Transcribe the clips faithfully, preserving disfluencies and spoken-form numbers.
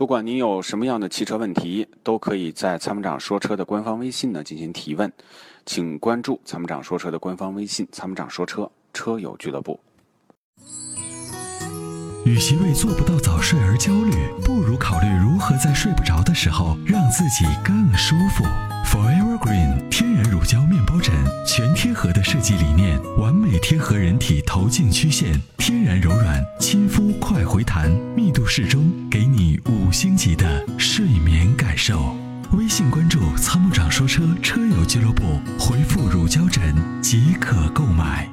不管您有什么样的汽车问题，都可以在参谋长说车的官方微信呢进行提问，请关注参谋长说车的官方微信“参谋长说车车友俱乐部”。 与其为做不到早睡而焦虑，不如考虑如何在睡不着的时候让自己更舒服。Forever Green 天然乳胶面包枕，全贴合的设计理念，完美贴合人体头颈曲线，天然柔软，亲肤快回弹，密度适中，给你五星级的睡眠感受。微信关注参谋长说车车友俱乐部，回复乳胶枕即可购买。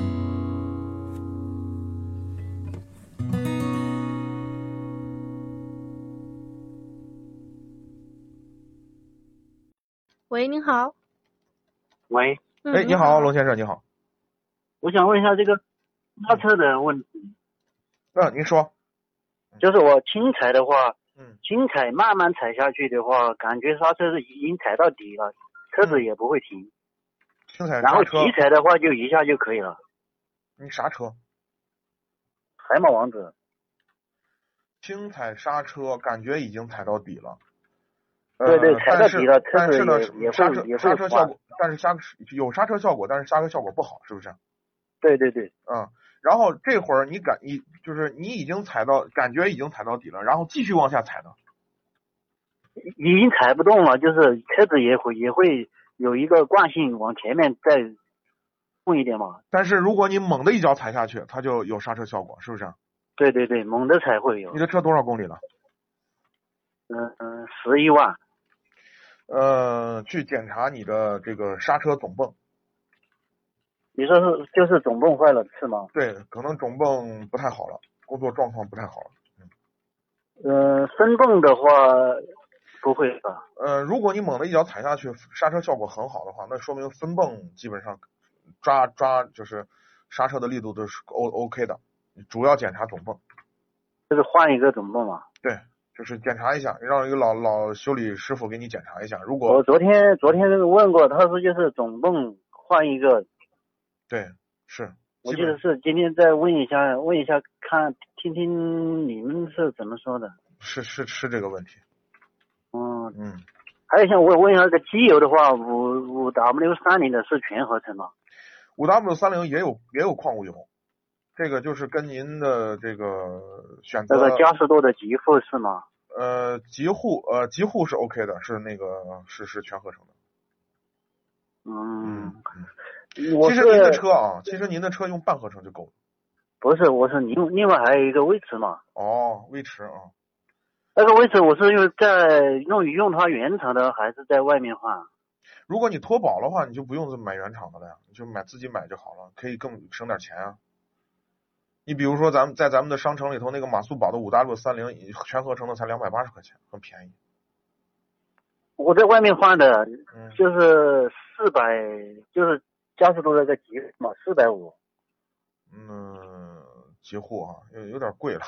喂，您好。 喂， 嗯、 哎，你好，龙先生，你好。 我想问一下这个刹车的问题。 那、嗯、您说。 就是我轻踩的话， 嗯， 轻踩慢慢踩下去的话，感觉刹车是已经踩到底了，车子也不会停。 轻踩刹车。 然后急踩的话就一下就可以了。 你啥车？ 海马王子。 轻踩刹车，感觉已经踩到底了。 对对，踩到底了，车子也也会也会刹车效果，但是刹有刹车效果，但是刹车效果不好，是不是？ 对对对， 嗯，然后这会儿你感你就是你已经踩到，感觉已经踩到底了，然后继续往下踩的。 已经踩不动了，就是车子也会也会有一个惯性往前面再动一点嘛。 但是如果你猛的一脚踩下去，它就有刹车效果，是不是？ 对对对，猛的才会有。 你的车多少公里了？ 嗯嗯，十一万。 呃，去检查你的这个刹车总泵。 你说是就是总泵坏了是吗？ 对，可能总泵不太好了，工作状况不太好了。 嗯，呃，分泵的话不会吧？ 呃，如果你猛的一脚踩下去，刹车效果很好的话，那说明分泵基本上抓抓就是刹车的力度都是 O OK 的。主要检查总泵。 就是换一个总泵嘛？ 对。就是检查一下，让一个老老修理师傅给你检查一下。如果我昨天昨天问过，他说就是总泵换一个。 对，是。 我记得是今天再问一下，问一下看听听你们是怎么说的。 是是是这个问题。 嗯嗯。 还有想我问一下，这个机油的话，五五 W 三零的是全合成吗？ 五 W 三零也有也有矿物油。这个就是跟您的这个选择。 这个嘉实多的极富是吗？ 呃，极护呃极护是 OK 的，是那个是是全合成的。 嗯。 嗯嗯。 我其实您的车啊，其实您的车用半合成就够了。 不是，我是另另外还有一个威驰嘛。 哦，威驰啊。 那个威驰我是用在用用它原厂的，还是在外面换？ 如果你脱保的话，你就不用买原厂的了呀，你就买自己买就好了，可以更省点钱啊。你比如说咱们在咱们的商城里头那个马速宝的 五 W 三零 全合成的才两百八十块钱，很便宜。 我在外面换的， 嗯、 就是四百，就是嘉实多的个极嘛，四百五。 嗯，极护啊，有有点贵了。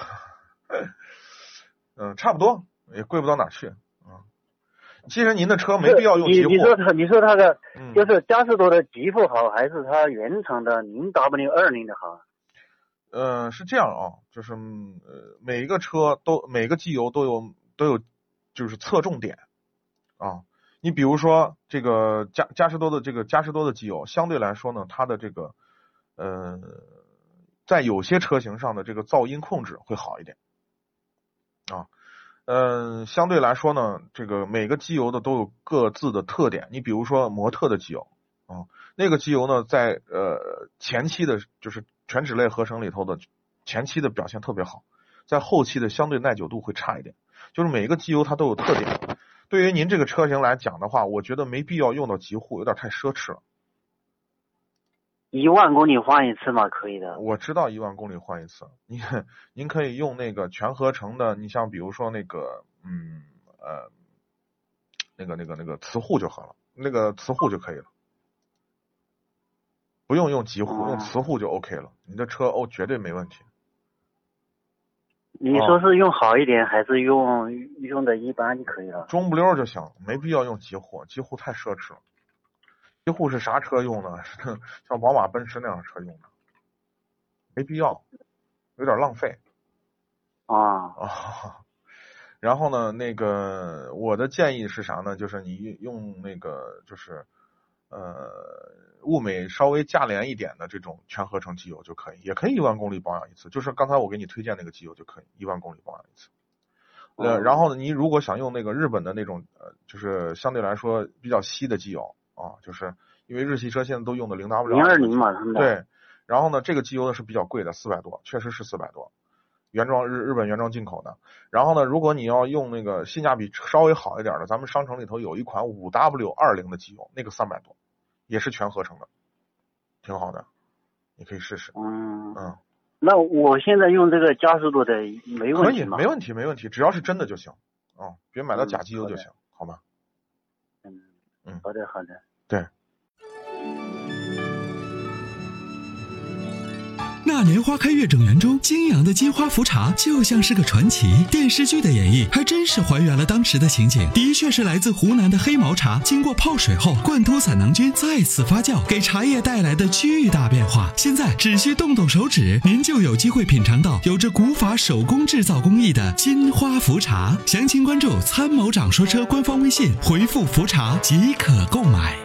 嗯，差不多，也贵不到哪去。嗯，其实您的车没必要用极护。 你你说他你说他的、 嗯、 就是嘉实多的极护好，还是他原厂的零 W 二零的好？ 呃，是这样啊，就是呃，每一个车都每个机油都有都有就是侧重点啊。你比如说这个嘉嘉实多的这个嘉实多的机油，相对来说呢，它的这个呃，在有些车型上的这个噪音控制会好一点啊。嗯、呃，相对来说呢，这个每个机油的都有各自的特点。你比如说模特的机油啊，那个机油呢，在呃前期的就是全酯类合成里头的前期的表现特别好，在后期的相对耐久度会差一点。就是每一个机油它都有特点。对于您这个车型来讲的话，我觉得没必要用到极护，有点太奢侈了。 一万公里换一次嘛，可以的。 我知道一万公里换一次，您您可以用那个全合成的，你像比如说那个嗯呃那个那个那个磁护就好了，那个磁护就可以了。不用用极护，用磁护就 OK 了。你的车哦，绝对没问题。 你说是用好一点，哦、还是用用的一般就可以了？ 中不溜就行，没必要用极护，极护太奢侈了。极护是啥车用的？像宝马、奔驰那样的车用的，没必要，有点浪费。 啊啊。 然后呢，那个我的建议是啥呢？就是你用那个就是呃物美稍微价廉一点的这种全合成机油就可以，也可以一万公里保养一次，就是刚才我给你推荐那个机油就可以一万公里保养一次。呃，然后呢，你如果想用那个日本的那种呃，就是相对来说比较稀的机油啊，就是因为日系车现在都用的零 W 零二零嘛，他们对。然后呢，这个机油呢是比较贵的，四百多，确实是四百多，原装日日本原装进口的。然后呢，如果你要用那个性价比稍微好一点的，咱们商城里头有一款五 W 二零的机油，那个三百多，也是全合成的，挺好的，你可以试试。 嗯嗯。 那我现在用这个加速度的没问题吗？ 可以，没问题，没问题，只要是真的就行啊、哦，别买到假机油就行，嗯、好吗？ 嗯嗯， 好的好的， 对。 那年花开月正圆中，泾阳的金花茯茶就像是个传奇。电视剧的演绎还真是还原了当时的情景，的确是来自湖南的黑毛茶，经过泡水后，灌突散囊菌再次发酵，给茶叶带来的巨大变化。现在只需动动手指，您就有机会品尝到有着古法手工制造工艺的金花茯茶。详情关注参谋长说车官方微信，回复茯茶即可购买。